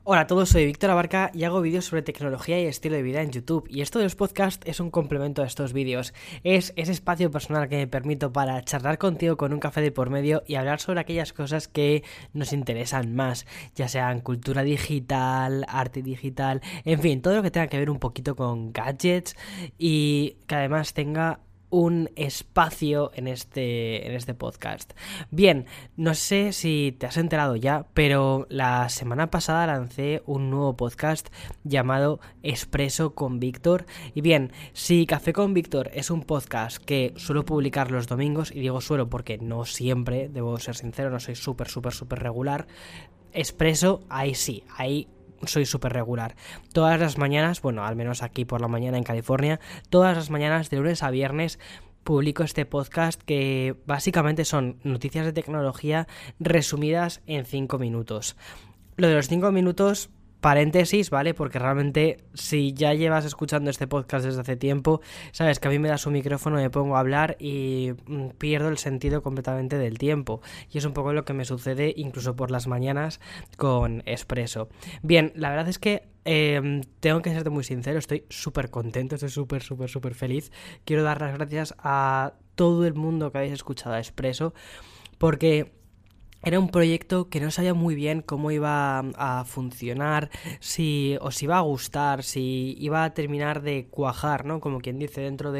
Hola a todos, soy Víctor Abarca y hago vídeos sobre tecnología y estilo de vida en YouTube. Y esto de los podcasts es un complemento a estos vídeos. Es ese espacio personal que me permito para charlar contigo con un café de por medio y hablar sobre aquellas cosas que nos interesan más, ya sean cultura digital, arte digital, en fin, todo lo que tenga que ver un poquito con gadgets y que además tenga un espacio en este podcast. Bien, no sé si te has enterado ya, pero la semana pasada lancé un nuevo podcast llamado Expreso con Víctor. Y bien, si Café con Víctor es un podcast que suelo publicar los domingos, y digo suelo porque no siempre, debo ser sincero, no soy súper regular, Expreso, ahí sí, ahí soy súper regular. Todas las mañanas, bueno, al menos aquí por la mañana en California, todas las mañanas de lunes a viernes publico este podcast que básicamente son noticias de tecnología resumidas en 5 minutos. Lo de los 5 minutos, paréntesis, ¿vale? Porque realmente si ya llevas escuchando este podcast desde hace tiempo, sabes que a mí me das un micrófono, me pongo a hablar y pierdo el sentido completamente del tiempo. Y es un poco lo que me sucede incluso por las mañanas con Expreso. Bien, la verdad es que tengo que serte muy sincero, estoy súper contento, estoy súper feliz. Quiero dar las gracias a todo el mundo que habéis escuchado a Expreso, porque era un proyecto que no sabía muy bien cómo iba a funcionar, si os iba a gustar, si iba a terminar de cuajar, ¿no? Como quien dice, dentro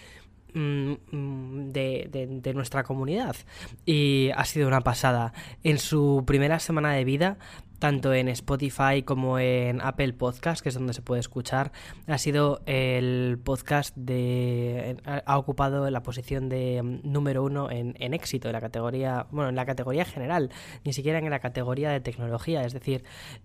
de nuestra comunidad. Y ha sido una pasada. En su primera semana de vida, tanto en Spotify como en Apple Podcast, que es donde se puede escuchar, ha sido el podcast ha ocupado la posición de número 1 en éxito, en la categoría, bueno, en la categoría general, ni siquiera en la categoría de tecnología, es decir,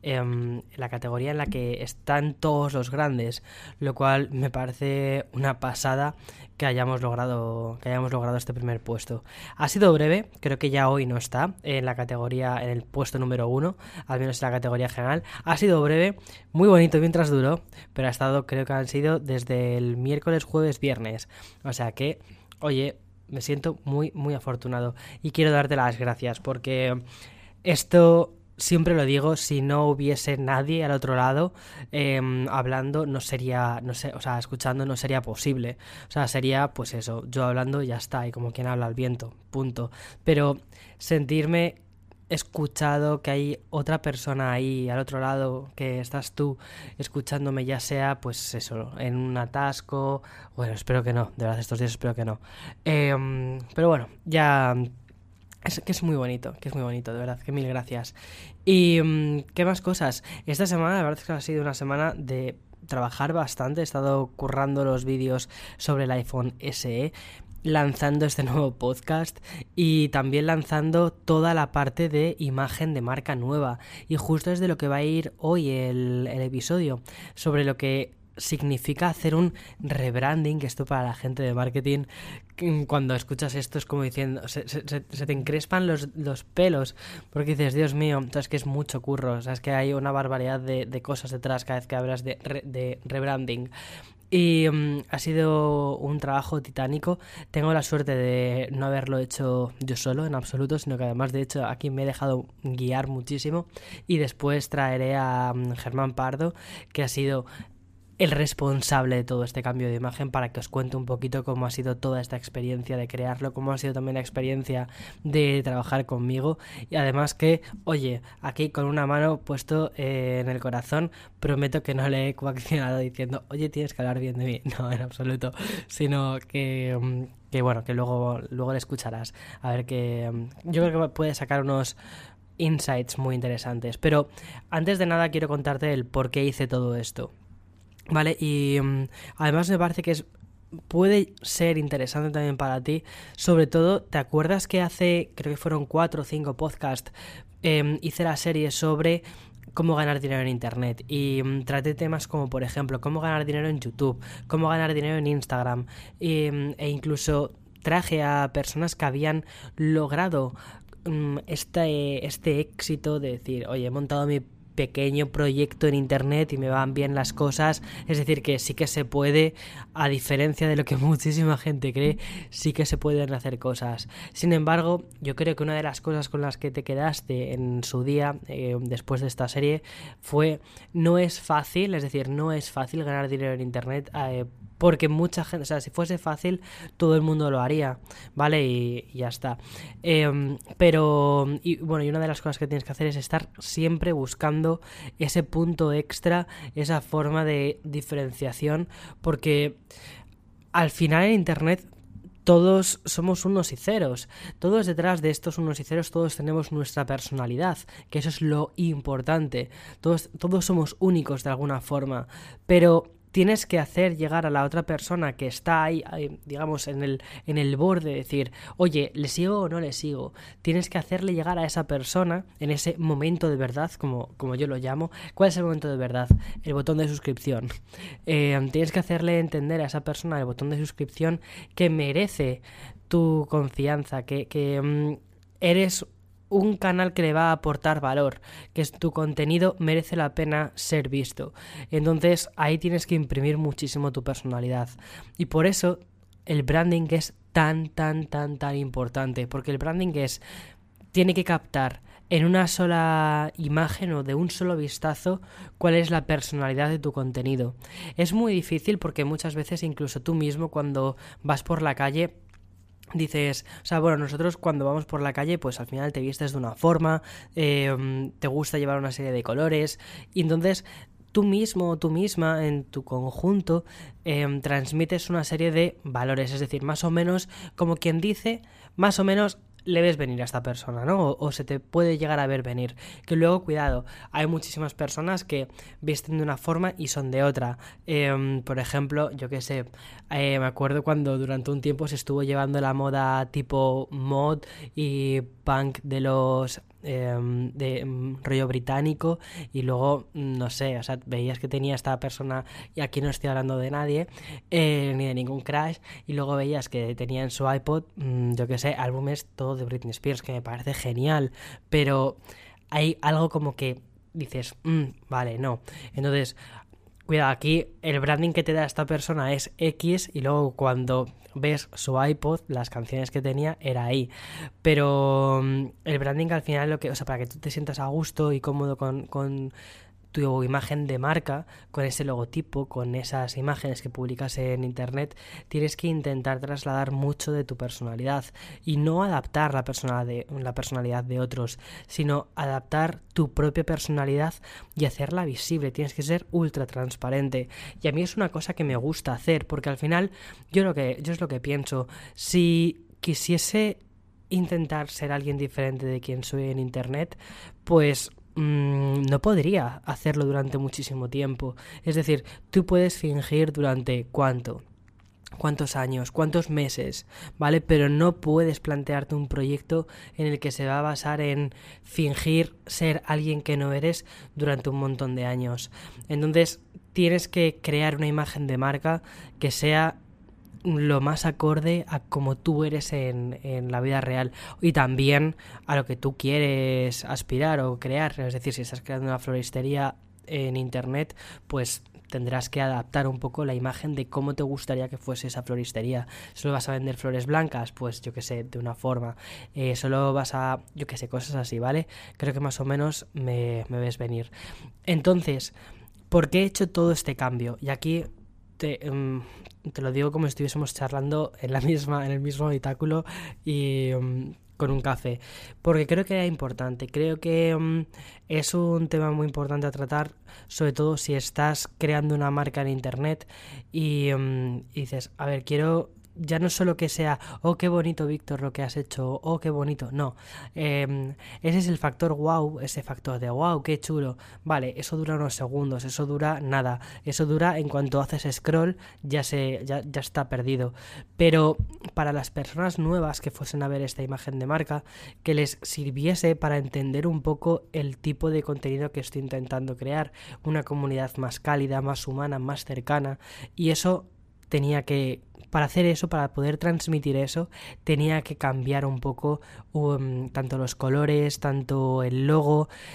la categoría en la que están todos los grandes, lo cual me parece una pasada que hayamos logrado este primer puesto. Ha sido breve, creo que ya hoy no está en la categoría, en el puesto número 1, al menos en la categoría general. Ha sido breve, muy bonito mientras duró, pero ha estado, creo que han sido desde el miércoles, jueves, viernes. O sea que, oye, me siento muy afortunado y quiero darte las gracias porque esto, siempre lo digo, si no hubiese nadie al otro lado hablando, no sería, no sé, o sea, escuchando no sería posible. O sea, sería pues eso, yo hablando y ya está, y como quien habla al viento, punto. Pero sentirme escuchado, que hay otra persona ahí al otro lado, que estás tú escuchándome, ya sea pues eso, en un atasco, bueno, espero que no, de verdad estos días espero que no. Pero bueno, ya es muy bonito, de verdad, que mil gracias. Y ¿qué más cosas? Esta semana la verdad es que ha sido una semana de trabajar bastante, he estado currando los vídeos sobre el iPhone SE, lanzando este nuevo podcast y también lanzando toda la parte de imagen de marca nueva. Y justo es de lo que va a ir hoy el episodio, sobre lo que significa hacer un rebranding, que esto para la gente de marketing, cuando escuchas esto es como diciendo, se te encrespan los pelos, porque dices, Dios mío, sabes que es mucho curro, sabes que hay una barbaridad de cosas detrás cada vez que hablas de rebranding. Y ha sido un trabajo titánico. Tengo la suerte de no haberlo hecho yo solo en absoluto, sino que además de hecho aquí me he dejado guiar muchísimo. Y después traeré a Germán Pardo, que ha sido el responsable de todo este cambio de imagen, para que os cuente un poquito cómo ha sido toda esta experiencia de crearlo, cómo ha sido también la experiencia de trabajar conmigo. Y además que, oye, aquí con una mano puesto en el corazón, prometo que no le he coaccionado diciendo, oye, tienes que hablar bien de mí. No, en absoluto, sino que bueno, que luego le escucharás. A ver, que yo creo que puede sacar unos insights muy interesantes. Pero antes de nada quiero contarte el por qué hice todo esto. Vale, y además me parece que puede ser interesante también para ti. Sobre todo, ¿te acuerdas que hace, creo que fueron 4 o 5 podcasts, hice la serie sobre cómo ganar dinero en internet? Y traté temas como, por ejemplo, cómo ganar dinero en YouTube, cómo ganar dinero en Instagram, e incluso traje a personas que habían logrado este éxito de decir, oye, he montado mi pequeño proyecto en internet y me van bien las cosas. Es decir, que sí que se puede, a diferencia de lo que muchísima gente cree, sí que se pueden hacer cosas. Sin embargo, yo creo que una de las cosas con las que te quedaste en su día, después de esta serie, fue: no es fácil, es decir, no es fácil ganar dinero en internet, porque mucha gente, o sea, si fuese fácil, todo el mundo lo haría, ¿vale? Y ya está. Pero, y bueno, y una de las cosas que tienes que hacer es estar siempre buscando ese punto extra, esa forma de diferenciación, porque al final en internet todos somos unos y ceros. Todos detrás de estos unos y ceros, todos tenemos nuestra personalidad, que eso es lo importante. Todos somos únicos de alguna forma, pero tienes que hacer llegar a la otra persona que está ahí, digamos, en el borde, decir, oye, ¿le sigo o no le sigo? Tienes que hacerle llegar a esa persona en ese momento de verdad, como yo lo llamo. ¿Cuál es el momento de verdad? El botón de suscripción. Tienes que hacerle entender a esa persona, el botón de suscripción, que merece tu confianza, que eres un canal que le va a aportar valor, que tu contenido merece la pena ser visto. Entonces ahí tienes que imprimir muchísimo tu personalidad. Y por eso el branding es tan importante, porque el branding tiene que captar en una sola imagen o de un solo vistazo cuál es la personalidad de tu contenido. Es muy difícil porque muchas veces incluso tú mismo, cuando vas por la calle, dices, o sea, bueno, nosotros cuando vamos por la calle, pues al final te vistes de una forma, te gusta llevar una serie de colores, y entonces tú mismo o tú misma en tu conjunto transmites una serie de valores, es decir, más o menos, como quien dice, más o menos le ves venir a esta persona, ¿no? O se te puede llegar a ver venir. Que luego, cuidado, hay muchísimas personas que visten de una forma y son de otra. Por ejemplo, yo qué sé, me acuerdo cuando durante un tiempo se estuvo llevando la moda tipo mod y punk de los rollo británico, y luego, no sé, o sea, veías que tenía esta persona, y aquí no estoy hablando de nadie, ni de ningún crash, y luego veías que tenía en su iPod, yo que sé, álbumes todo de Britney Spears, que me parece genial, pero hay algo como que dices, vale, no. Entonces, cuidado, aquí el branding que te da esta persona es X, y luego cuando ves su iPod, las canciones que tenía era ahí. Pero el branding al final, o sea, para que tú te sientas a gusto y cómodo con tu imagen de marca, con ese logotipo, con esas imágenes que publicas en internet, tienes que intentar trasladar mucho de tu personalidad y no adaptar la personalidad de otros, sino adaptar tu propia personalidad y hacerla visible. Tienes que ser ultra transparente, y a mí es una cosa que me gusta hacer, porque al final yo es lo que pienso. Si quisiese intentar ser alguien diferente de quien soy en internet, pues no podría hacerlo durante muchísimo tiempo. Es decir, tú puedes fingir durante cuántos años, cuántos meses, ¿vale? Pero no puedes plantearte un proyecto en el que se va a basar en fingir ser alguien que no eres durante un montón de años. Entonces tienes que crear una imagen de marca que sea lo más acorde a como tú eres en la vida real, y también a lo que tú quieres aspirar o crear. Es decir, si estás creando una floristería en internet, pues tendrás que adaptar un poco la imagen de cómo te gustaría que fuese esa floristería. ¿Solo vas a vender flores blancas? Pues yo que sé, de una forma. Solo vas a, yo que sé, cosas así, ¿vale? Creo que más o menos me ves venir. Entonces, ¿por qué he hecho todo este cambio? Y aquí te lo digo como si estuviésemos charlando en el mismo habitáculo y con un café, porque creo que era importante. Creo que es un tema muy importante a tratar, sobre todo si estás creando una marca en internet y dices, a ver, quiero ya no solo que sea, oh, qué bonito, Víctor, lo que has hecho, oh, qué bonito, no. Ese es el factor wow, ese factor de wow, qué chulo. Vale, eso dura unos segundos, eso dura nada, eso dura en cuanto haces scroll, ya está perdido. Pero para las personas nuevas que fuesen a ver esta imagen de marca, que les sirviese para entender un poco el tipo de contenido que estoy intentando crear, una comunidad más cálida, más humana, más cercana, y eso para hacer eso, para poder transmitir eso, tenía que cambiar un poco tanto los colores, tanto el logo.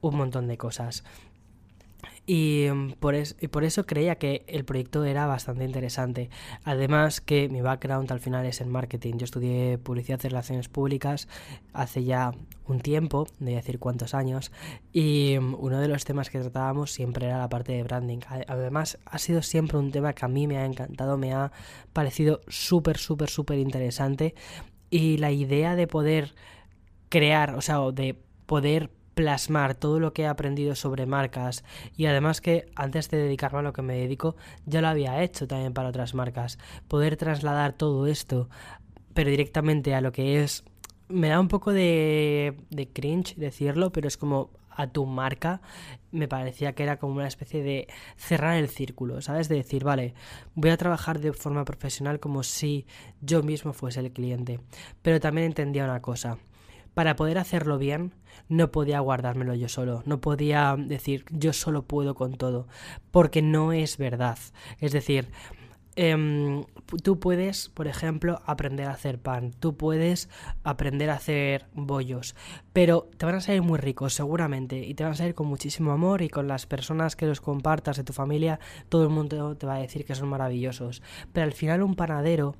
un montón de cosas. Y por eso creía que el proyecto era bastante interesante. Además que mi background al final es en marketing. Yo estudié publicidad y relaciones públicas hace ya un tiempo, no voy a decir cuántos años, y uno de los temas que tratábamos siempre era la parte de branding. Además ha sido siempre un tema que a mí me ha encantado, me ha parecido súper, súper, súper interesante, y la idea de poder crear, o sea, de poder plasmar todo lo que he aprendido sobre marcas, y además que antes de dedicarme a lo que me dedico ya lo había hecho también para otras marcas, poder trasladar todo esto pero directamente a lo que es, me da un poco de cringe decirlo, pero es como a tu marca, me parecía que era como una especie de cerrar el círculo, ¿sabes? De decir, vale, voy a trabajar de forma profesional como si yo mismo fuese el cliente. Pero también entendía una cosa: para poder hacerlo bien, no podía guardármelo yo solo, no podía decir yo solo puedo con todo, porque no es verdad. Es decir, tú puedes, por ejemplo, aprender a hacer pan, tú puedes aprender a hacer bollos, pero te van a salir muy ricos seguramente, y te van a salir con muchísimo amor, y con las personas que los compartas de tu familia, todo el mundo te va a decir que son maravillosos. Pero al final un panadero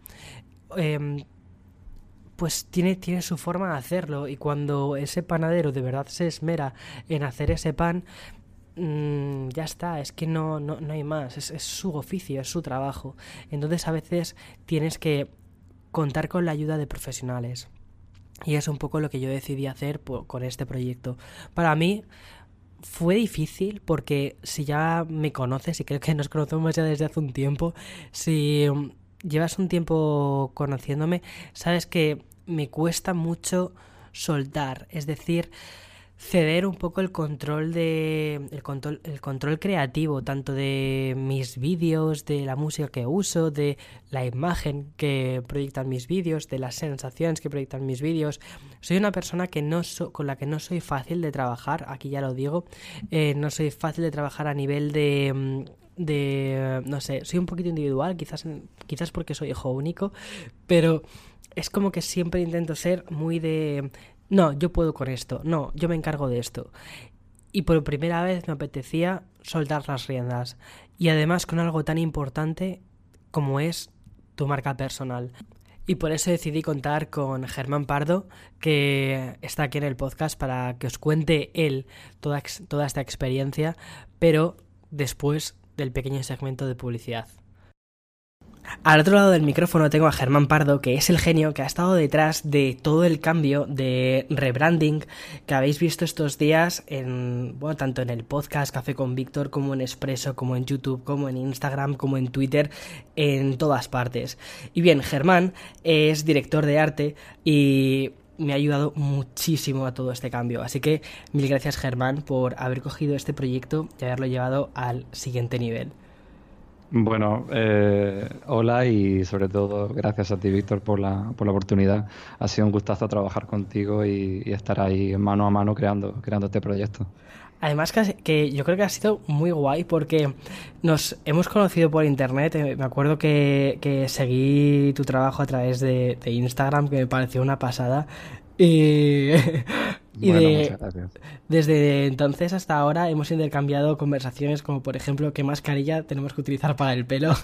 pues tiene su forma de hacerlo, y cuando ese panadero de verdad se esmera en hacer ese pan, ya está, es que no hay más, es su oficio, es su trabajo. Entonces a veces tienes que contar con la ayuda de profesionales, y es un poco lo que yo decidí hacer con este proyecto. Para mí fue difícil porque si ya me conoces, y creo que nos conocemos ya desde hace un tiempo, si llevas un tiempo conociéndome, sabes que me cuesta mucho soltar, es decir, ceder un poco el control creativo, tanto de mis vídeos, de la música que uso, de la imagen que proyectan mis vídeos, de las sensaciones que proyectan mis vídeos. Soy una persona que con la que no soy fácil de trabajar, aquí ya lo digo, no soy fácil de trabajar a nivel no sé, soy un poquito individual, quizás porque soy hijo único, pero es como que siempre intento ser muy de: no, yo puedo con esto, no, yo me encargo de esto. Y por primera vez me apetecía soltar las riendas, y además con algo tan importante como es tu marca personal. Y por eso decidí contar con Germán Pardo, que está aquí en el podcast para que os cuente él toda esta experiencia, pero después del pequeño segmento de publicidad. Al otro lado del micrófono tengo a Germán Pardo, que es el genio que ha estado detrás de todo el cambio de rebranding que habéis visto estos días tanto en el podcast Café con Víctor, como en Expreso, como en YouTube, como en Instagram, como en Twitter, en todas partes. Y bien, Germán es director de arte y me ha ayudado muchísimo a todo este cambio. Así que mil gracias, Germán, por haber cogido este proyecto y haberlo llevado al siguiente nivel. Bueno, hola, y sobre todo gracias a ti, Víctor, por la oportunidad. Ha sido un gustazo trabajar contigo y estar ahí mano a mano creando este proyecto. Además que yo creo que ha sido muy guay porque nos hemos conocido por internet. Me acuerdo que seguí tu trabajo a través de Instagram, que me pareció una pasada. Y, Bueno, muchas gracias. desde entonces hasta ahora hemos intercambiado conversaciones como, por ejemplo, qué mascarilla tenemos que utilizar para el pelo.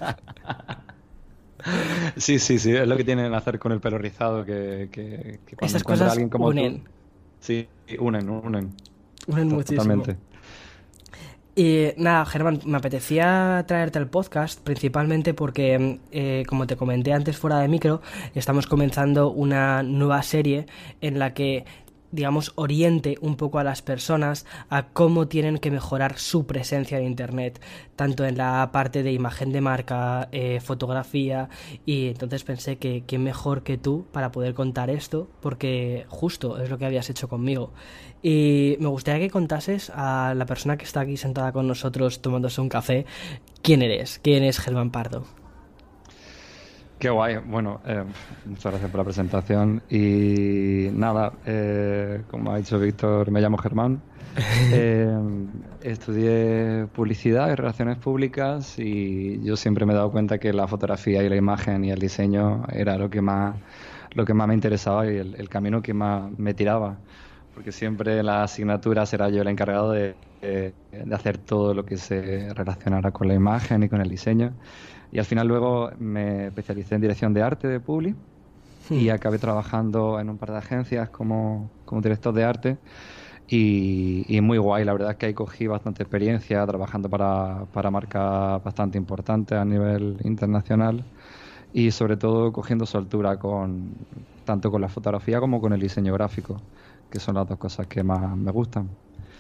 Sí, es lo que tienen que hacer con el pelo rizado, que cuando Estas encuentra a cosas alguien como tú, unen sí, unen, muchísimo. totalmente. Y nada, Germán, me apetecía traerte al podcast principalmente porque, como te comenté antes fuera de micro, estamos comenzando una nueva serie en la que, digamos, oriente un poco a las personas a cómo tienen que mejorar su presencia en Internet, tanto en la parte de imagen de marca, fotografía, y entonces pensé que quién mejor que tú para poder contar esto, porque justo es lo que habías hecho conmigo. Y me gustaría que contases a la persona que está aquí sentada con nosotros tomándose un café, quién eres, quién es Germán Pardo. Qué guay. Bueno, muchas gracias por la presentación. Y nada, como ha dicho Víctor, me llamo Germán. Eh, Estudié publicidad y relaciones públicas, y yo siempre me he dado cuenta que la fotografía y la imagen y el diseño era lo que más me interesaba, y el camino que más me tiraba. porque siempre en la asignatura será yo el encargado de hacer todo lo que se relacionara con la imagen y con el diseño. Y al final luego me especialicé en dirección de arte de Publi y acabé trabajando en un par de agencias como director de arte. Y muy guay, la verdad es que ahí cogí bastante experiencia trabajando para marcas bastante importantes a nivel internacional y sobre todo cogiendo soltura tanto con la fotografía como con el diseño gráfico, que son las dos cosas que más me gustan.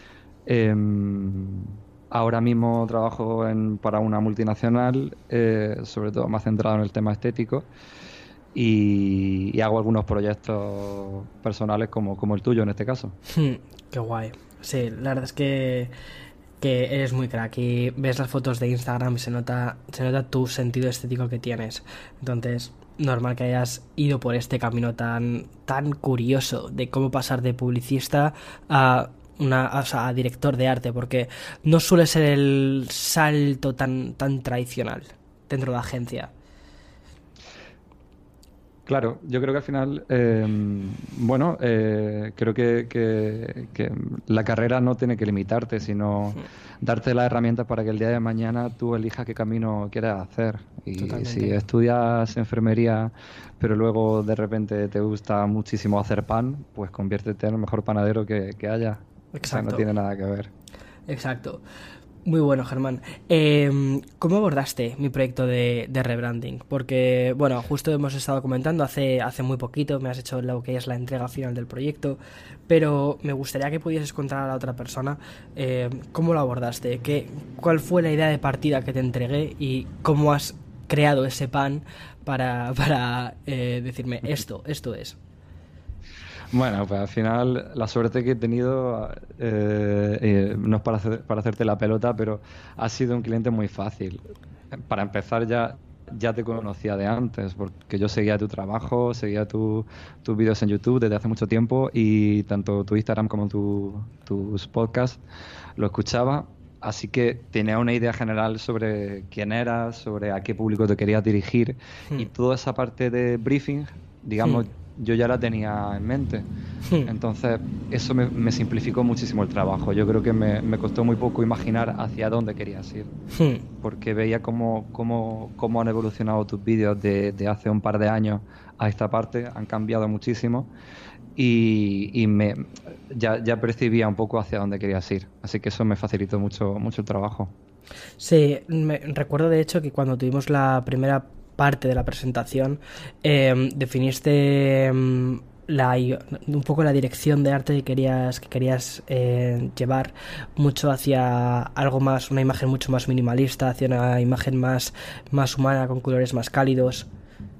Ahora mismo trabajo para una multinacional, sobre todo más centrado en el tema estético y hago algunos proyectos personales como el tuyo en este caso. Qué guay. Sí, la verdad es que eres muy crack y ves las fotos de Instagram y se nota tu sentido estético que tienes. Entonces, normal que hayas ido por este camino tan curioso de cómo pasar de publicista a a director de arte, porque no suele ser el salto tan tradicional dentro de la agencia. Claro, yo creo que al final, creo que la carrera no tiene que limitarte, sino darte las herramientas para que el día de mañana tú elijas qué camino quieres hacer. Y Totalmente. si estudias enfermería, pero luego de repente te gusta muchísimo hacer pan, pues conviértete en el mejor panadero que haya. Exacto. O sea, no tiene nada que ver. Exacto. Muy bueno, Germán. ¿Cómo abordaste mi proyecto de rebranding? Porque, bueno, justo hemos estado comentando hace muy poquito, me has hecho lo que es la entrega final del proyecto, pero me gustaría que pudieses contar a la otra persona cómo lo abordaste, cuál fue la idea de partida que te entregué y cómo has creado ese pan para decirme esto es. Bueno, pues al final la suerte que he tenido no es para hacerte la pelota, pero ha sido un cliente muy fácil. Para empezar ya te conocía de antes, porque yo seguía tu trabajo, seguía tus vídeos en YouTube desde hace mucho tiempo y tanto tu Instagram como tus podcasts lo escuchaba. Así que tenía una idea general sobre quién eras, sobre a qué público te querías dirigir y toda esa parte de briefing, digamos, yo ya la tenía en mente. Entonces, eso me simplificó muchísimo el trabajo. Yo creo que me costó muy poco imaginar hacia dónde querías ir. Porque veía cómo han evolucionado tus vídeos de hace un par de años a esta parte. Han cambiado muchísimo. Y ya percibía un poco hacia dónde querías ir. Así que eso me facilitó mucho el trabajo. Sí, recuerdo de hecho que cuando tuvimos la primera parte de la presentación definiste un poco la dirección de arte que querías llevar mucho hacia algo más, una imagen mucho más minimalista, hacia una imagen más humana, con colores más cálidos.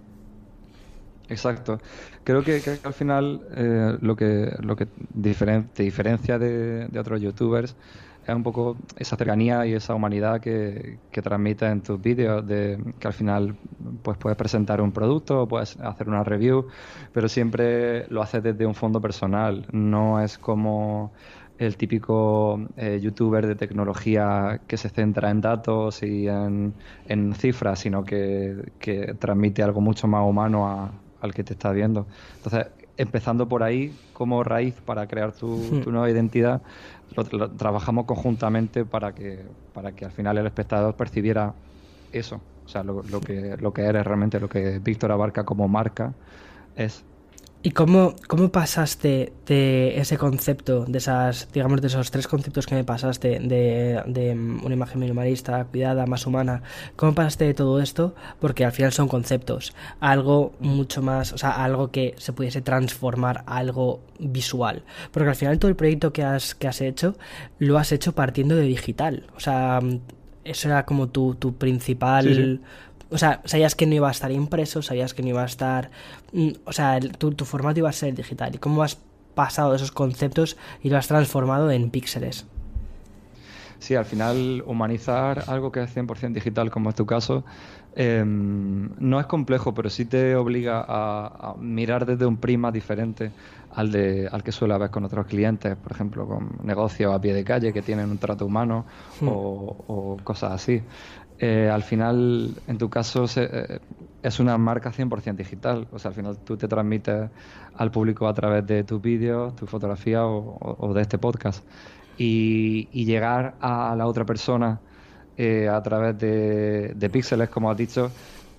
Exacto. Creo que al final lo que te diferencia de otros youtubers es un poco esa cercanía y esa humanidad que transmites en tus vídeos, de que al final pues puedes presentar un producto o puedes hacer una review, pero siempre lo haces desde un fondo personal. No es como el típico youtuber de tecnología que se centra en datos y en cifras, sino que transmite algo mucho más humano al que te está viendo. Entonces, empezando por ahí, como raíz para crear tu nueva identidad, lo trabajamos conjuntamente para que al final el espectador percibiera eso. O sea, lo que eres realmente, lo que Víctor abarca como marca es. ¿Y cómo pasaste de ese concepto, de esos tres conceptos que me pasaste, de una imagen minimalista, cuidada, más humana, cómo pasaste de todo esto? Porque al final son conceptos, a algo mucho más, o sea, algo que se pudiese transformar a algo visual. Porque al final todo el proyecto que has hecho, lo has hecho partiendo de digital. O sea, eso era como tu principal... Sí. O sea, sabías que no iba a estar impreso, sabías que no iba a estar... O sea, tu formato iba a ser digital. ¿Y cómo has pasado esos conceptos y lo has transformado en píxeles? Sí, al final humanizar algo que es 100% digital, como es tu caso, no es complejo, pero sí te obliga a mirar desde un prisma diferente al que suele haber con otros clientes, por ejemplo, con negocios a pie de calle que tienen un trato humano Hmm. o cosas así. Al final, en tu caso, es una marca 100% digital. O sea, al final tú te transmites al público a través de tus vídeos, tu fotografía o de este podcast. Y llegar a la otra persona a través de píxeles, como has dicho,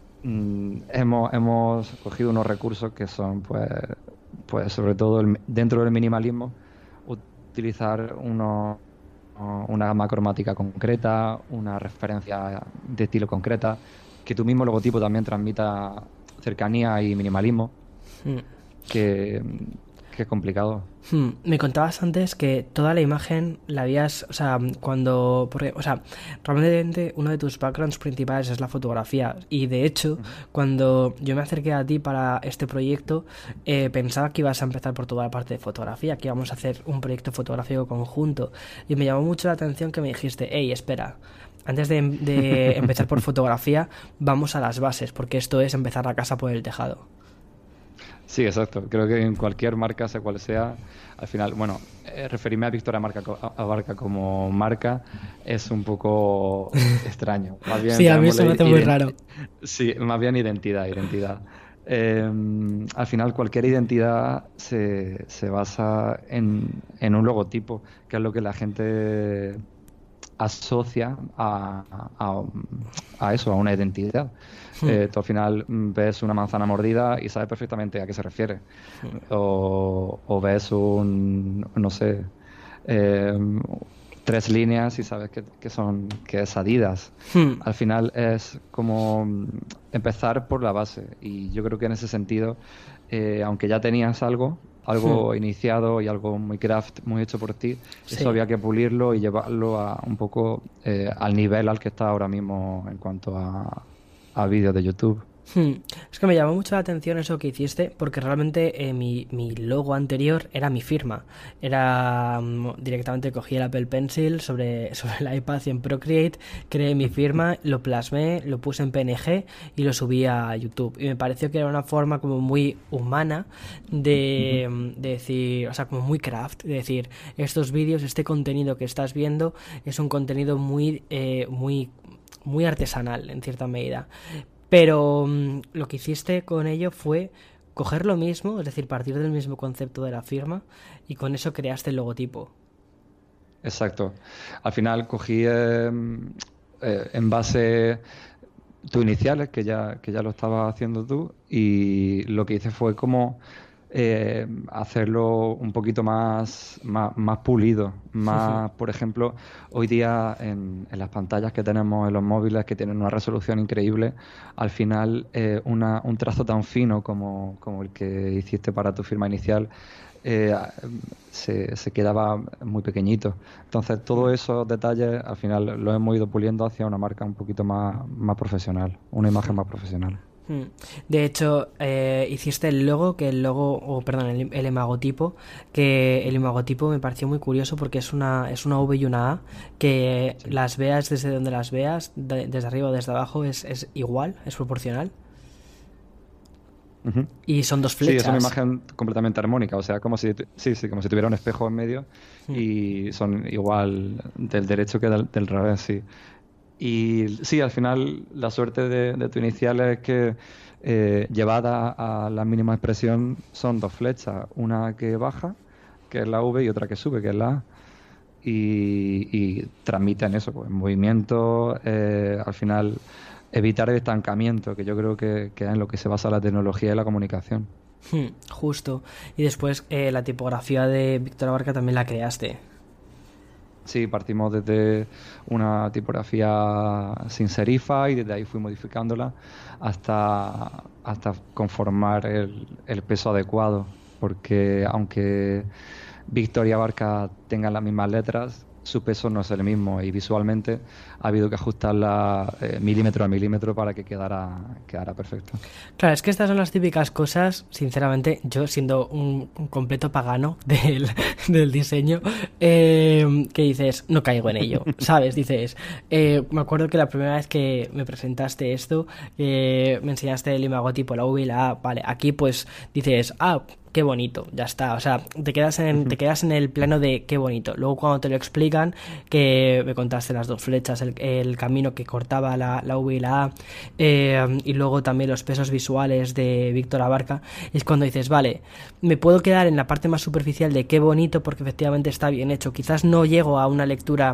hemos cogido unos recursos que son, pues sobre todo dentro del minimalismo, utilizar una gama cromática concreta, una referencia de estilo concreta, que tu mismo logotipo también transmita cercanía y minimalismo, Hmm. que, que es complicado. Me contabas antes que toda la imagen la habías, o sea, porque, o sea, realmente uno de tus backgrounds principales es la fotografía y de hecho, Ujú. cuando yo me acerqué a ti para este proyecto, pensaba que ibas a empezar por toda la parte de fotografía, que íbamos a hacer un proyecto fotográfico conjunto y me llamó mucho la atención que me dijiste, hey, espera. Antes de empezar por fotografía, vamos a las bases, porque esto es empezar la casa por el tejado. Sí, exacto. Creo que en cualquier marca, sea cual sea, al final, bueno, referirme a Victoria Abarca como marca es un poco extraño. Más bien, Sí, a mí eso me llamémosle hace muy raro. sí, más bien identidad. Eh, Al final, cualquier identidad se basa en un logotipo, que es lo que la gente asocia a eso, a una identidad. Tú al final ves una manzana mordida y sabes perfectamente a qué se refiere. O ves no sé, eh, tres líneas y sabes que es Adidas. Hmm. Al final es como empezar por la base. Y yo creo que en ese sentido, aunque ya tenías Hmm. algo iniciado y algo muy craft, muy hecho por ti, eso Sí. había que pulirlo y llevarlo a un poco al nivel al que está ahora mismo en cuanto a vídeos de YouTube. Es que me llamó mucho la atención eso que hiciste, porque realmente mi logo anterior era mi firma. Era directamente cogí el Apple Pencil sobre el iPad y en Procreate, creé mi firma, lo plasmé, lo puse en PNG y lo subí a YouTube. Y me pareció que era una forma como muy humana Ujú. de decir, o sea, como muy craft, de decir, estos vídeos, este contenido que estás viendo es un contenido muy artesanal en cierta medida. Pero lo que hiciste con ello fue coger lo mismo, es decir, partir del mismo concepto de la firma y con eso creaste el logotipo. Exacto. Al final cogí en base tus iniciales, que ya lo estabas haciendo tú, y lo que hice fue como hacerlo un poquito más pulido. Más, por ejemplo, hoy día en las pantallas que tenemos en los móviles, que tienen una resolución increíble, al final un trazo tan fino como el que hiciste para tu firma inicial, eh, se quedaba muy pequeñito. Entonces, todos esos detalles al final los hemos ido puliendo hacia una marca un poquito más profesional, una imagen más profesional. Mm. De hecho, hiciste el logo, o perdón, el imagotipo, que el imagotipo me pareció muy curioso porque es una V y una A, que Sí. las veas desde donde las veas, desde arriba o desde abajo, es igual, es proporcional. Ujú. Y son dos Sí, es una flechas. imagen completamente armónica, o sea, sí, como si tuviera un espejo en medio Mm. y son igual del derecho que del revés, sí. Y sí, al final la suerte de tu inicial es que llevada a la mínima expresión son dos flechas, una que baja, que es la V, y otra que sube, que es la A. Y transmiten eso, pues, movimiento, al final evitar el estancamiento, que yo creo que es en lo que se basa la tecnología y la comunicación. Justo. Y después la tipografía de Víctor Abarca también la creaste. Sí, partimos desde una tipografía sin serifa y desde ahí fui modificándola hasta conformar el peso adecuado. Porque aunque Victoria Barca tenga las mismas letras, su peso no es el mismo y visualmente ha habido que ajustarla milímetro a milímetro para que quedara perfecto. Claro, es que estas son las típicas cosas, sinceramente, yo siendo un completo pagano del diseño, que dices, no caigo en ello, ¿sabes? Dices, me acuerdo que la primera vez que me presentaste esto, me enseñaste el imagotipo, la V y la A, vale, aquí pues dices, qué bonito, ya está, o sea, te quedas en el plano de qué bonito. Luego cuando te lo explican, que me contaste las dos flechas, el camino que cortaba la V y la A, y luego también los pesos visuales de Víctor Abarca, es cuando dices, vale, me puedo quedar en la parte más superficial de qué bonito porque efectivamente está bien hecho. Quizás no llego a una lectura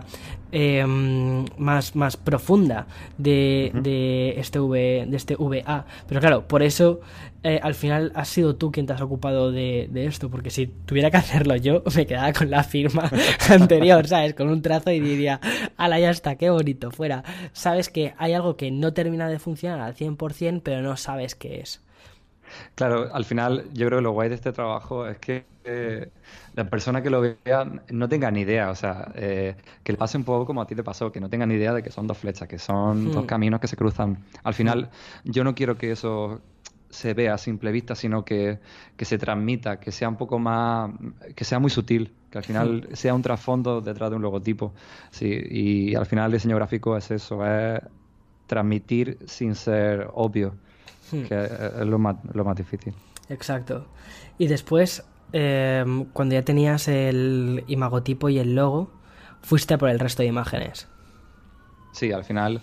más profunda de este VA, pero claro, por eso al final has sido tú quien te has ocupado de esto, porque si tuviera que hacerlo yo, me quedaba con la firma anterior, ¿sabes? Con un trazo y diría, ala, ya está, qué bonito, fuera. Sabes que hay algo que no termina de funcionar al 100%, pero no sabes qué es. Claro, al final yo creo que lo guay de este trabajo es que la persona que lo vea no tenga ni idea, o sea, que le pase un poco como a ti te pasó, que no tenga ni idea de que son dos flechas, que son dos caminos que se cruzan. Al final, yo no quiero que eso se vea a simple vista, sino que se transmita, que sea un poco más, que sea muy sutil, que al final sea un trasfondo detrás de un logotipo. Sí, y al final el diseño gráfico es eso, es transmitir sin ser obvio, que es lo más difícil. Exacto. Y después, cuando ya tenías el imagotipo y el logo, fuiste a por el resto de imágenes. Sí, al final,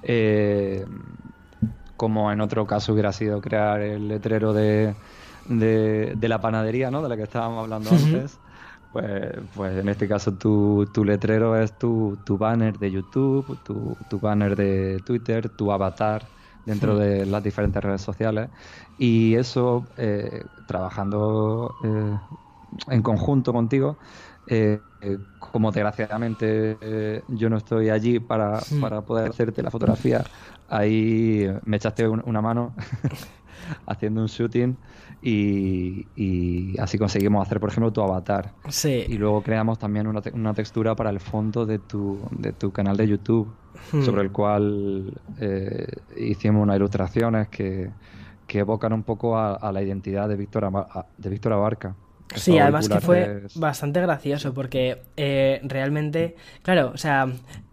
como en otro caso hubiera sido crear el letrero de la panadería, ¿no? De la que estábamos hablando antes, pues en este caso tu letrero es tu banner de YouTube, tu banner de Twitter, tu avatar dentro de las diferentes redes sociales. Y eso, trabajando en conjunto contigo, como desgraciadamente yo no estoy allí para poder hacerte la fotografía, ahí me echaste una mano haciendo un shooting y así conseguimos hacer, por ejemplo, tu avatar. Sí. Y luego creamos también una textura para el fondo de tu canal de YouTube, sobre el cual hicimos unas ilustraciones que evocan un poco a la identidad de Víctor Abarca. Sí, Esos además que fue auriculares. bastante gracioso porque realmente, claro, o sea,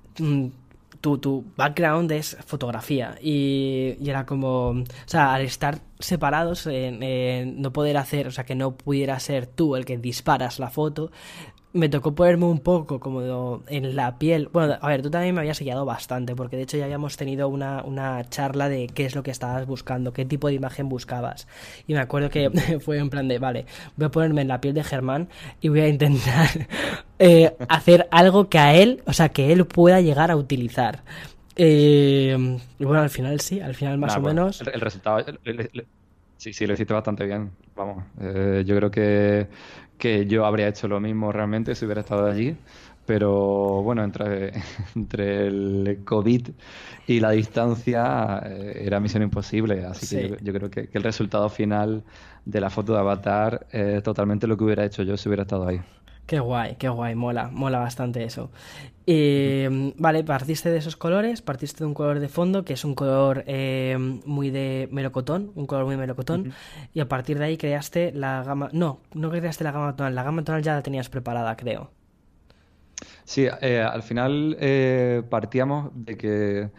tu background es fotografía y era como, o sea, al estar separados, no poder hacer, o sea, que no pudiera ser tú el que disparas la foto, me tocó ponerme un poco como en la piel. Bueno, a ver, tú también me habías guiado bastante, porque de hecho ya habíamos tenido una charla de qué es lo que estabas buscando, qué tipo de imagen buscabas. Y me acuerdo que fue en plan de, vale, voy a ponerme en la piel de Germán y voy a intentar hacer algo que a él, o sea, que él pueda llegar a utilizar. Y bueno, al final sí, al final más o Pues, menos. el resultado, sí, lo hiciste bastante bien. Vamos, yo creo que yo habría hecho lo mismo realmente si hubiera estado allí. Pero bueno, entre el COVID y la distancia era misión imposible. Así que Sí. yo creo que el resultado final de la foto de Avatar es totalmente lo que hubiera hecho yo si hubiera estado ahí. Qué guay, mola bastante eso. Vale, partiste de esos colores, partiste de un color de fondo que es un color muy de melocotón, un color muy melocotón, Ujú. y a partir de ahí creaste la gama. No, no creaste la gama tonal ya la tenías preparada, creo. Sí, al final partíamos de que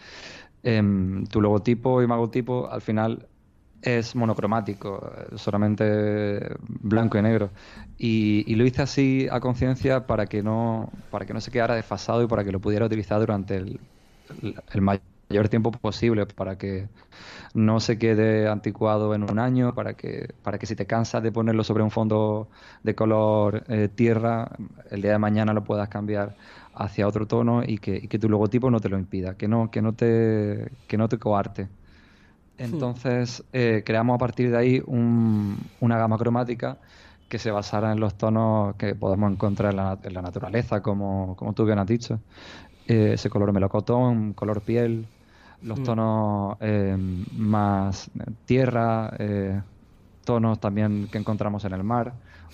tu logotipo y magotipo al final es monocromático, solamente blanco y negro. Y lo hice así a conciencia para que no se quedara desfasado y para que lo pudiera utilizar durante el mayor tiempo posible, para que no se quede anticuado en un año, para que si te cansas de ponerlo sobre un fondo de color tierra, el día de mañana lo puedas cambiar hacia otro tono y que tu logotipo no te lo impida, que no te coarte. Entonces creamos a partir de ahí una gama cromática que se basara en los tonos que podemos encontrar en la naturaleza, como tú bien has dicho. Ese color melocotón, color piel, los Mm, tonos más tierra, tonos también que encontramos en el mar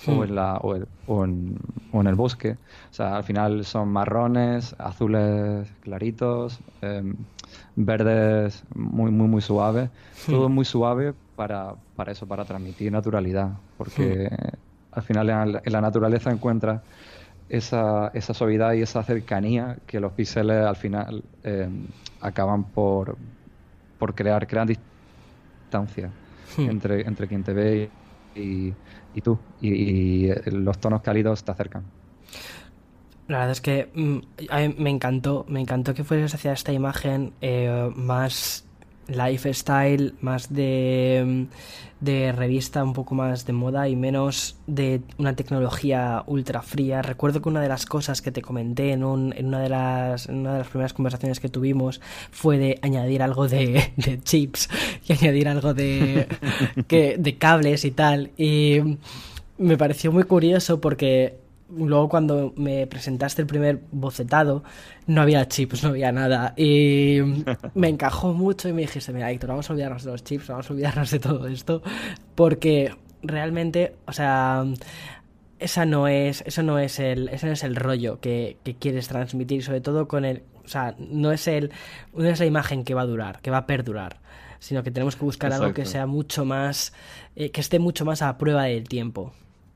o en el bosque. O sea, al final son marrones, azules claritos, verdes muy suaves. Todo muy suave para eso, para transmitir naturalidad. Porque al final en la naturaleza encuentras esa suavidad y esa cercanía que los píxeles al final acaban por crean distancia entre quien te ve y tú. Y los tonos cálidos te acercan. La verdad es que a mí me encantó que fueses hacia esta imagen más lifestyle, más de revista, un poco más de moda y menos de una tecnología ultra fría. Recuerdo que una de las cosas que te comenté en una de las primeras conversaciones que tuvimos fue de añadir algo de chips y añadir algo de cables y tal. Y me pareció muy curioso porque luego cuando me presentaste el primer bocetado no había chips, no había nada y me encajó mucho y me dijiste, mira Héctor, vamos a olvidarnos de los chips, vamos a olvidarnos de todo esto porque realmente, o sea, ese no es el rollo que quieres transmitir, sobre todo con el, o sea, no es la imagen que va a durar, que va a perdurar, sino que tenemos que buscar algo que sea mucho más, que esté mucho más a prueba del tiempo.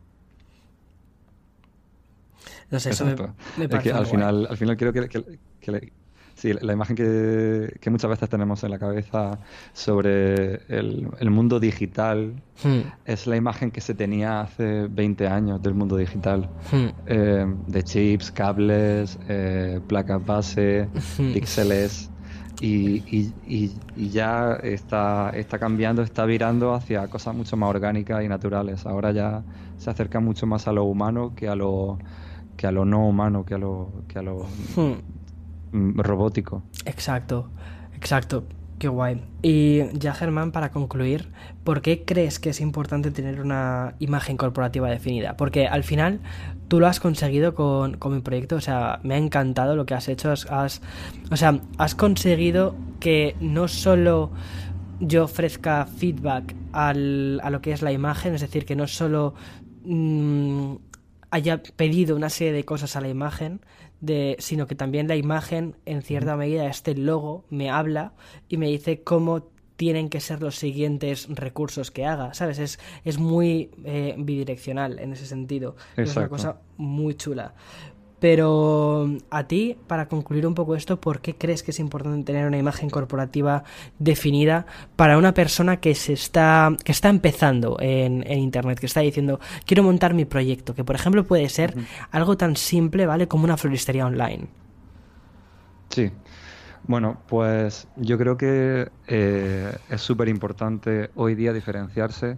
No sé, Exacto. eso me Es parece que muy guay. al final creo sí, la imagen que muchas veces tenemos en la cabeza sobre el mundo digital Hmm, es la imagen que se tenía hace 20 años del mundo digital. hmm, De chips, cables, placas base, hmm. píxeles. Y ya está cambiando, está virando hacia cosas mucho más orgánicas y naturales. Ahora ya se acerca mucho más a lo humano que a lo no humano, que a lo Hmm. robótico. Exacto, exacto. Qué guay. Y ya Germán, para concluir, ¿por qué crees que es importante tener una imagen corporativa definida? Porque al final tú lo has conseguido con mi proyecto, o sea, me ha encantado lo que has hecho, o sea, has conseguido que no solo yo ofrezca feedback a lo que es la imagen, es decir, que no solo mm, haya pedido una serie de cosas a la imagen, sino que también la imagen, en Ujú. cierta medida, este logo, me habla y me dice cómo tienen que ser los siguientes recursos que haga, ¿sabes? Es muy bidireccional en ese sentido. Es una Exacto. cosa muy chula. Pero a ti, para concluir un poco esto, ¿por qué crees que es importante tener una imagen corporativa definida para una persona que está empezando en Internet, que está diciendo, quiero montar mi proyecto, que por ejemplo puede ser Ujú. algo tan simple, ¿vale? Como una floristería online. Sí. Bueno, pues yo creo que es súper importante hoy día diferenciarse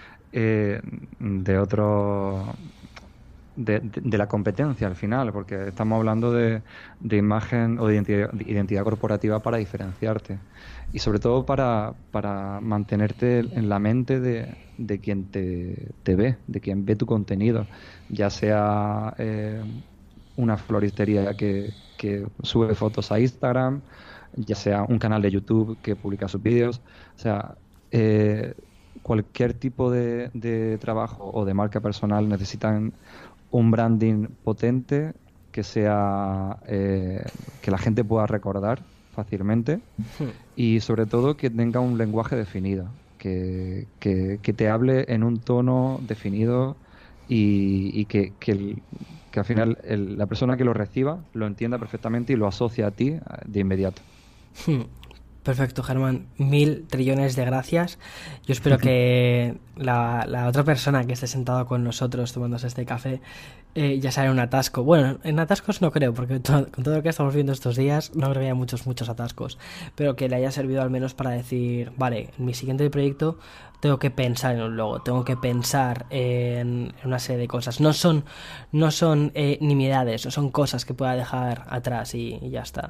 de otros de la competencia al final, porque estamos hablando de imagen o de identidad corporativa para diferenciarte y sobre todo para mantenerte en la mente de quien te ve, de quien ve tu contenido, ya sea una floristería que sube fotos a Instagram, ya sea un canal de YouTube que publica sus vídeos, o sea, eh, cualquier tipo de trabajo o de marca personal necesitan un branding potente que sea que la gente pueda recordar fácilmente y sobre todo que tenga un lenguaje definido, que te hable en un tono definido y que al final la persona que lo reciba lo entienda perfectamente y lo asocie a ti de inmediato. Hmm. Perfecto, Germán. 1000 trillones de gracias. Yo espero que la otra persona que esté sentado con nosotros tomándose este café ya sea en un atasco. Bueno, en atascos no creo, porque con todo lo que estamos viendo estos días no creo que haya muchos atascos. Pero que le haya servido al menos para decir, vale, en mi siguiente proyecto tengo que pensar en un logo, tengo que pensar en una serie de cosas. No son nimiedades, no son cosas que pueda dejar atrás y ya está.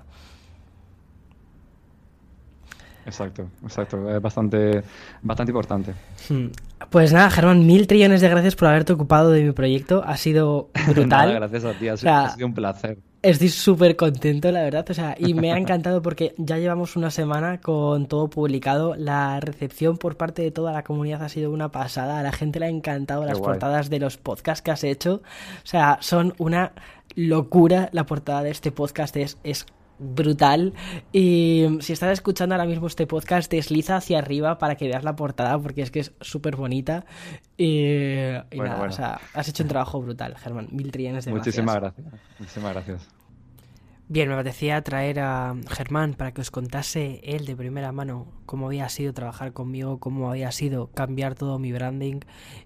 Exacto, exacto, es bastante importante. Hmm. Pues nada, Germán, 1000 trillones de gracias por haberte ocupado de mi proyecto. Ha sido Nada, brutal. gracias a ti, O ha sea, sido un placer. Estoy súper contento, la verdad, o sea, y me ha encantado porque ya llevamos una semana con todo publicado. La recepción por parte de toda la comunidad ha sido una pasada. A la gente le ha encantado Qué las guay. portadas de los podcasts que has hecho. O sea, son una locura. La portada de este podcast es brutal. Y si estás escuchando ahora mismo este podcast, desliza hacia arriba para que veas la portada porque es que es súper bonita. Y Bueno, nada, o bueno. sea, has hecho un trabajo brutal, Germán. Mil trillones de Muchísimas gracias. gracias. Muchísimas gracias. Bien, me apetecía traer a Germán para que os contase él de primera mano cómo había sido trabajar conmigo, cómo había sido cambiar todo mi branding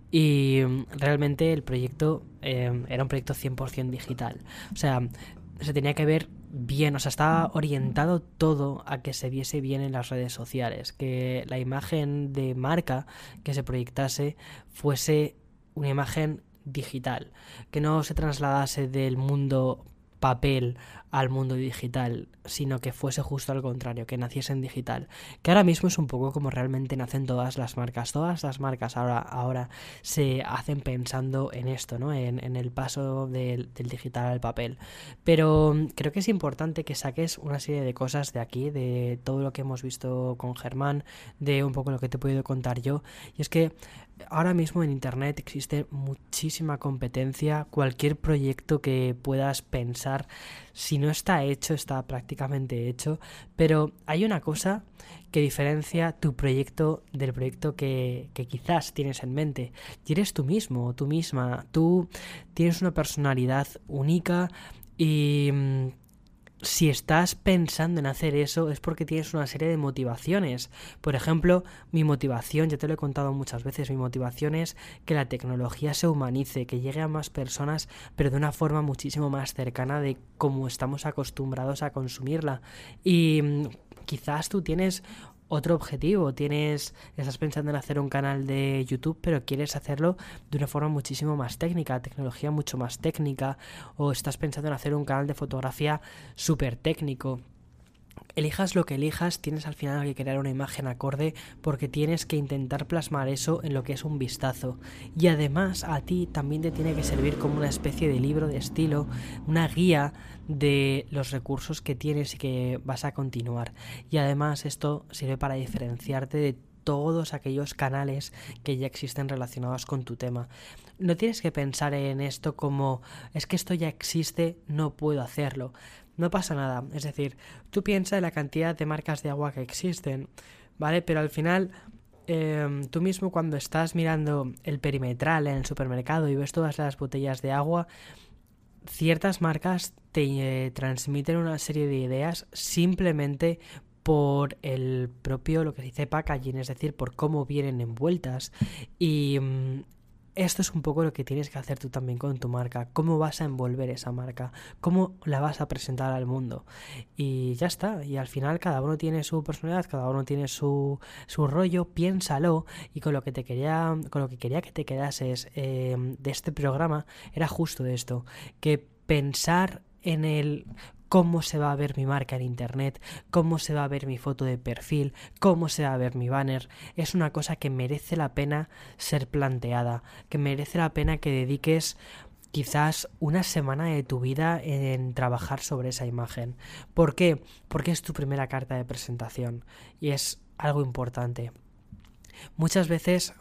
y realmente el proyecto era un proyecto 100% digital. O sea, se tenía que ver bien, o sea, estaba orientado todo a que se viese bien en las redes sociales, que la imagen de marca que se proyectase fuese una imagen digital, que no se trasladase del mundo papel al mundo digital, sino que fuese justo al contrario, que naciese en digital. Que ahora mismo es un poco como realmente nacen todas las marcas. Todas las marcas ahora se hacen pensando en esto, ¿no? En el paso del digital al papel. Pero creo que es importante que saques una serie de cosas de aquí, de todo lo que hemos visto con Germán, de un poco lo que te he podido contar yo. Y es que ahora mismo en internet existe muchísima competencia. Cualquier proyecto que puedas pensar, si no está hecho, está prácticamente hecho. Pero hay una cosa que diferencia tu proyecto del proyecto que quizás tienes en mente. Y eres tú mismo, tú misma. Tú tienes una personalidad única y si estás pensando en hacer eso es porque tienes una serie de motivaciones. Por ejemplo, mi motivación, ya te lo he contado muchas veces, mi motivación es que la tecnología se humanice, que llegue a más personas, pero de una forma muchísimo más cercana de cómo estamos acostumbrados a consumirla. Y quizás tú tienes otro objetivo, estás pensando en hacer un canal de YouTube, pero quieres hacerlo de una forma muchísimo más técnica, tecnología mucho más técnica, o estás pensando en hacer un canal de fotografía súper técnico. Elijas lo que elijas, tienes al final que crear una imagen acorde porque tienes que intentar plasmar eso en lo que es un vistazo. Y además a ti también te tiene que servir como una especie de libro de estilo, una guía de los recursos que tienes y que vas a continuar. Y además esto sirve para diferenciarte de todos aquellos canales que ya existen relacionados con tu tema. No tienes que pensar en esto como es que esto ya existe, no puedo hacerlo. No pasa nada, es decir, tú piensas en la cantidad de marcas de agua que existen, ¿vale? Pero al final, tú mismo cuando estás mirando el perimetral en el supermercado y ves todas las botellas de agua, ciertas marcas te transmiten una serie de ideas simplemente por el propio, lo que se dice packaging, es decir, por cómo vienen envueltas. Y esto es un poco lo que tienes que hacer tú también con tu marca. ¿Cómo vas a envolver esa marca? ¿Cómo la vas a presentar al mundo? Y ya está. Y al final cada uno tiene su personalidad, cada uno tiene su rollo. Piénsalo. Y con lo que quería que te quedases de este programa era justo esto. Que pensar en el cómo se va a ver mi marca en internet, cómo se va a ver mi foto de perfil, cómo se va a ver mi banner, es una cosa que merece la pena ser planteada, que merece la pena que dediques quizás una semana de tu vida en trabajar sobre esa imagen. ¿Por qué? Porque es tu primera carta de presentación y es algo importante. Muchas veces,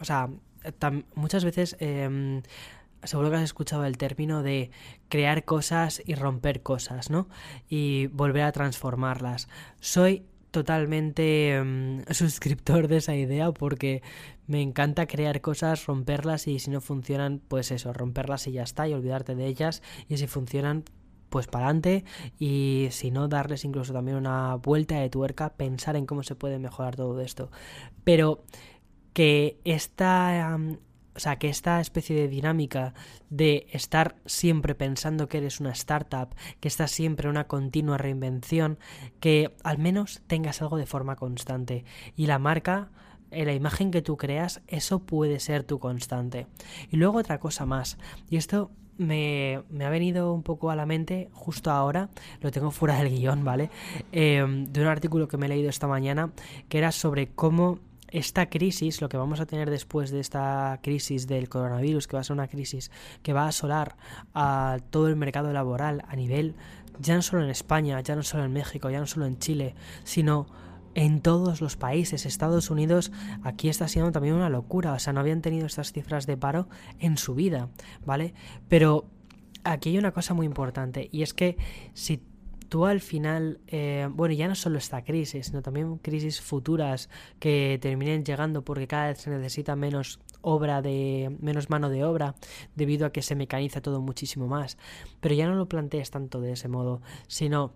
seguro que has escuchado el término de crear cosas y romper cosas, ¿no? Y volver a transformarlas. Soy totalmente suscriptor de esa idea porque me encanta crear cosas, romperlas y si no funcionan, pues eso, romperlas y ya está y olvidarte de ellas y si funcionan, pues para adelante y si no, darles incluso también una vuelta de tuerca, pensar en cómo se puede mejorar todo esto. Pero que que esta especie de dinámica de estar siempre pensando que eres una startup, que estás siempre en una continua reinvención, que al menos tengas algo de forma constante. Y la marca, la imagen que tú creas, eso puede ser tu constante. Y luego otra cosa más, y esto me ha venido un poco a la mente justo ahora, lo tengo fuera del guión, ¿vale? De un artículo que me he leído esta mañana, que era sobre cómo esta crisis, lo que vamos a tener después de esta crisis del coronavirus, que va a ser una crisis que va a asolar a todo el mercado laboral a nivel, ya no solo en España, ya no solo en México, ya no solo en Chile, sino en todos los países. Estados Unidos aquí está siendo también una locura, o sea, no habían tenido estas cifras de paro en su vida, ¿vale? Pero aquí hay una cosa muy importante, y es que si tú al final, bueno, ya no solo esta crisis, sino también crisis futuras que terminen llegando porque cada vez se necesita menos menos mano de obra debido a que se mecaniza todo muchísimo más. Pero ya no lo plantees tanto de ese modo, sino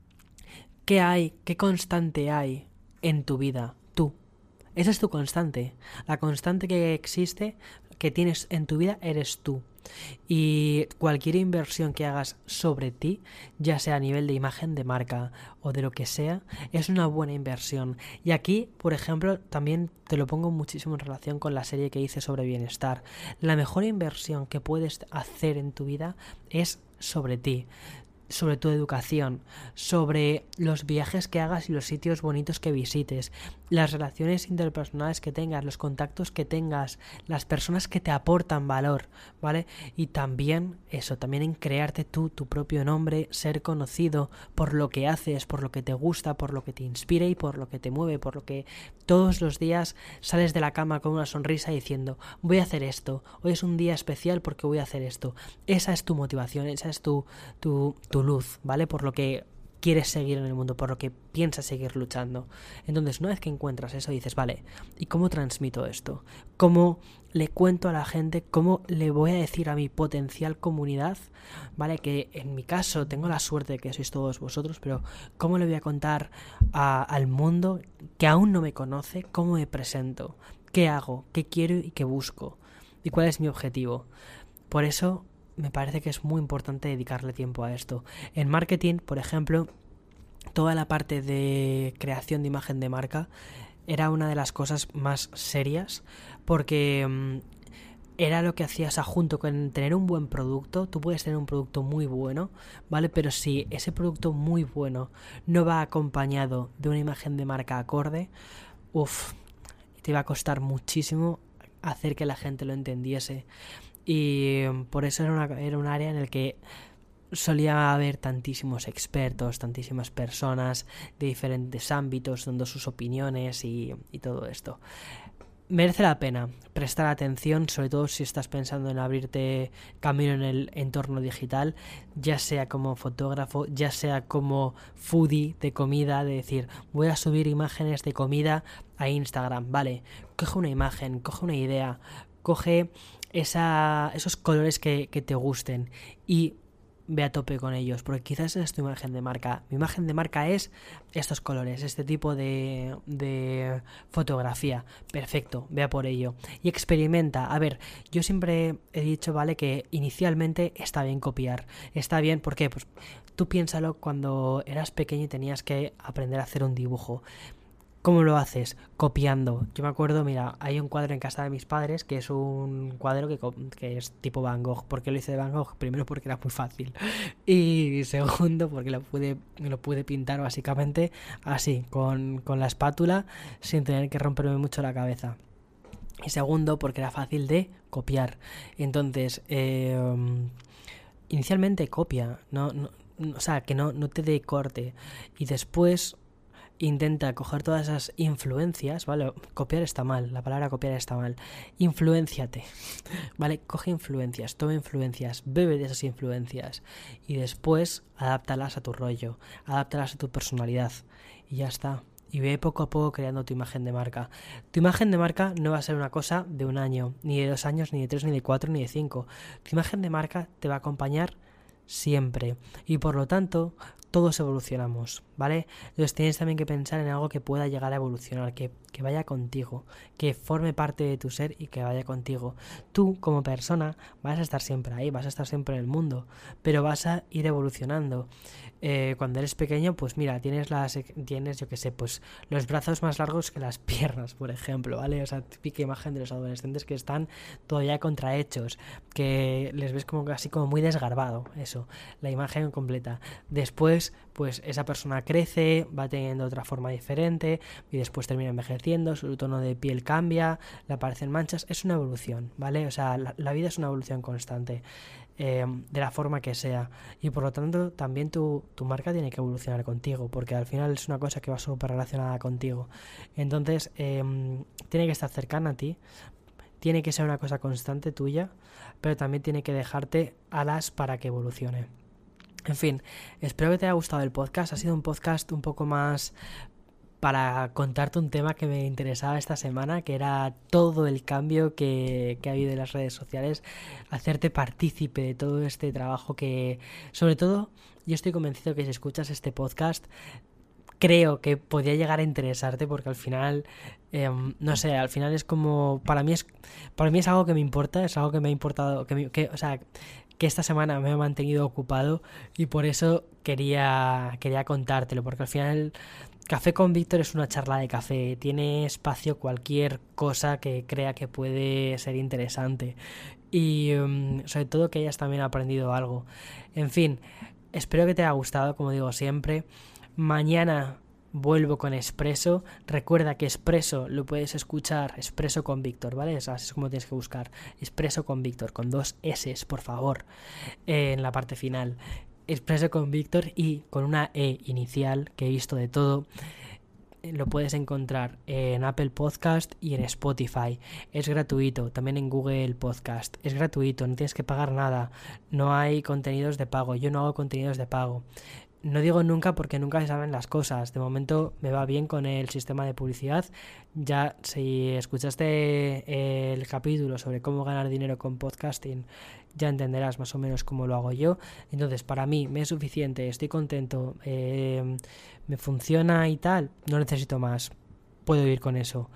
qué constante hay en tu vida, tú. Esa es tu constante. La constante que existe, que tienes en tu vida, eres tú. Y cualquier inversión que hagas sobre ti, ya sea a nivel de imagen de marca o de lo que sea, es una buena inversión. Y aquí, por ejemplo, también te lo pongo muchísimo en relación con la serie que hice sobre bienestar. La mejor inversión que puedes hacer en tu vida es sobre ti, sobre tu educación, sobre los viajes que hagas y los sitios bonitos que visites, las relaciones interpersonales que tengas, los contactos que tengas, las personas que te aportan valor, ¿vale? Y también eso, también en crearte tú tu propio nombre, ser conocido por lo que haces, por lo que te gusta, por lo que te inspira y por lo que te mueve, por lo que todos los días sales de la cama con una sonrisa diciendo, voy a hacer esto, hoy es un día especial porque voy a hacer esto. Esa es tu motivación, esa es tu luz, ¿vale? Por lo que quieres seguir en el mundo, por lo que piensas seguir luchando. Entonces, una vez que encuentras eso, dices, vale, ¿y cómo transmito esto? ¿Cómo le cuento a la gente? ¿Cómo le voy a decir a mi potencial comunidad? ¿Vale? Que en mi caso tengo la suerte de que sois todos vosotros, pero ¿cómo le voy a contar al mundo que aún no me conoce? ¿Cómo me presento? ¿Qué hago? ¿Qué quiero y qué busco? ¿Y cuál es mi objetivo? Por eso me parece que es muy importante dedicarle tiempo a esto. En marketing, por ejemplo, toda la parte de creación de imagen de marca era una de las cosas más serias porque era lo que hacías junto con tener un buen producto. Tú puedes tener un producto muy bueno, ¿vale? Pero si ese producto muy bueno no va acompañado de una imagen de marca acorde, te va a costar muchísimo hacer que la gente lo entendiese. Y por eso era un área en el que solía haber tantísimos expertos, tantísimas personas de diferentes ámbitos dando sus opiniones y todo esto. Merece la pena prestar atención, sobre todo si estás pensando en abrirte camino en el entorno digital, ya sea como fotógrafo, ya sea como foodie de comida, de decir, voy a subir imágenes de comida a Instagram. Vale, coge una imagen, coge una idea, coge esos colores que te gusten y ve a tope con ellos, porque quizás esa es tu imagen de marca. Mi imagen de marca es estos colores, este tipo de fotografía. Perfecto, ve a por ello y experimenta. A ver, yo siempre he dicho, vale, que inicialmente está bien copiar. Está bien, ¿por qué? Pues tú piénsalo cuando eras pequeño y tenías que aprender a hacer un dibujo. ¿Cómo lo haces? Copiando. Yo me acuerdo, mira, hay un cuadro en casa de mis padres que es un cuadro que es tipo Van Gogh. ¿Por qué lo hice de Van Gogh? Primero porque era muy fácil. Y segundo porque lo pude pintar básicamente así, con la espátula, sin tener que romperme mucho la cabeza. Y segundo porque era fácil de copiar. Entonces, inicialmente copia, o sea, que no te dé corte. Y después intenta coger todas esas influencias, ¿vale? Copiar está mal, la palabra copiar está mal. Influénciate, ¿vale? Coge influencias, toma influencias, bebe de esas influencias y después adáptalas a tu rollo, adáptalas a tu personalidad y ya está. Y ve poco a poco creando tu imagen de marca. Tu imagen de marca no va a ser una cosa de un año, ni de 2 años, ni de 3, ni de 4, ni de 5. Tu imagen de marca te va a acompañar siempre y por lo tanto todos evolucionamos, ¿vale? Entonces tienes también que pensar en algo que pueda llegar a evolucionar, que vaya contigo, que forme parte de tu ser y que vaya contigo. Tú como persona vas a estar siempre ahí, vas a estar siempre en el mundo, pero vas a ir evolucionando. Cuando eres pequeño, pues mira, tienes yo que sé, pues los brazos más largos que las piernas, por ejemplo, ¿vale? O sea, típica imagen de los adolescentes que están todavía contrahechos, que les ves como casi como muy desgarbado, eso. eso, la imagen completa. Después, pues esa persona crece, va teniendo otra forma diferente y después termina envejeciendo, su tono de piel cambia, le aparecen manchas, es una evolución, ¿vale? O sea, la vida es una evolución constante. De la forma que sea, y por lo tanto también tu marca tiene que evolucionar contigo, porque al final es una cosa que va súper relacionada contigo. Entonces tiene que estar cercana a ti, tiene que ser una cosa constante tuya, pero también tiene que dejarte alas para que evolucione. En fin, espero que te haya gustado el podcast. Ha sido un podcast un poco más para contarte un tema que me interesaba esta semana, que era todo el cambio que ha habido en las redes sociales, hacerte partícipe de todo este trabajo que, sobre todo, yo estoy convencido que si escuchas este podcast, creo que podría llegar a interesarte, porque al final, no sé, al final es como, para mí es algo que me importa, es algo que me ha importado, o sea, que esta semana me ha mantenido ocupado, y por eso quería contártelo, porque al final Café con Víctor es una charla de café, tiene espacio cualquier cosa que crea que puede ser interesante, y sobre todo que hayas también aprendido algo. En fin, espero que te haya gustado, como digo siempre. Mañana vuelvo con Expreso. Recuerda que Expreso lo puedes escuchar, Expreso con Víctor, ¿vale? Así es como tienes que buscar, Expreso con Víctor, con 2 S, por favor, en la parte final. Expreso con Víctor, y con una E inicial, que he visto de todo. Lo puedes encontrar en Apple Podcast y en Spotify. Es gratuito, también en Google Podcast. Es gratuito, no tienes que pagar nada. No hay contenidos de pago. Yo no hago contenidos de pago. No digo nunca, porque nunca se saben las cosas. De momento me va bien con el sistema de publicidad. Ya, si escuchaste el capítulo sobre cómo ganar dinero con podcasting, ya entenderás más o menos cómo lo hago yo. Entonces, para mí me es suficiente, estoy contento, me funciona y tal, no necesito más, puedo ir con eso.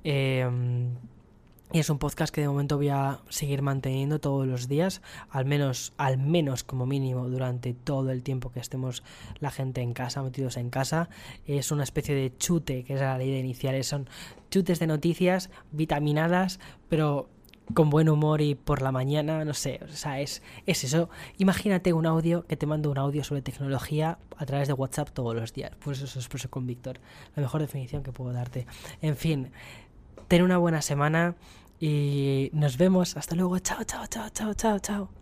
Y es un podcast que de momento voy a seguir manteniendo todos los días, al menos como mínimo durante todo el tiempo que estemos la gente en casa, metidos en casa. Es una especie de chute, que es la ley de iniciales, son chutes de noticias vitaminadas, pero con buen humor y por la mañana, no sé, o sea, es eso. Imagínate un audio, que te mando un audio sobre tecnología a través de WhatsApp todos los días. Pues eso es Expreso con Víctor, la mejor definición que puedo darte. En fin, ten una buena semana y nos vemos. Hasta luego. Chao, chao, chao, chao, chao, chao.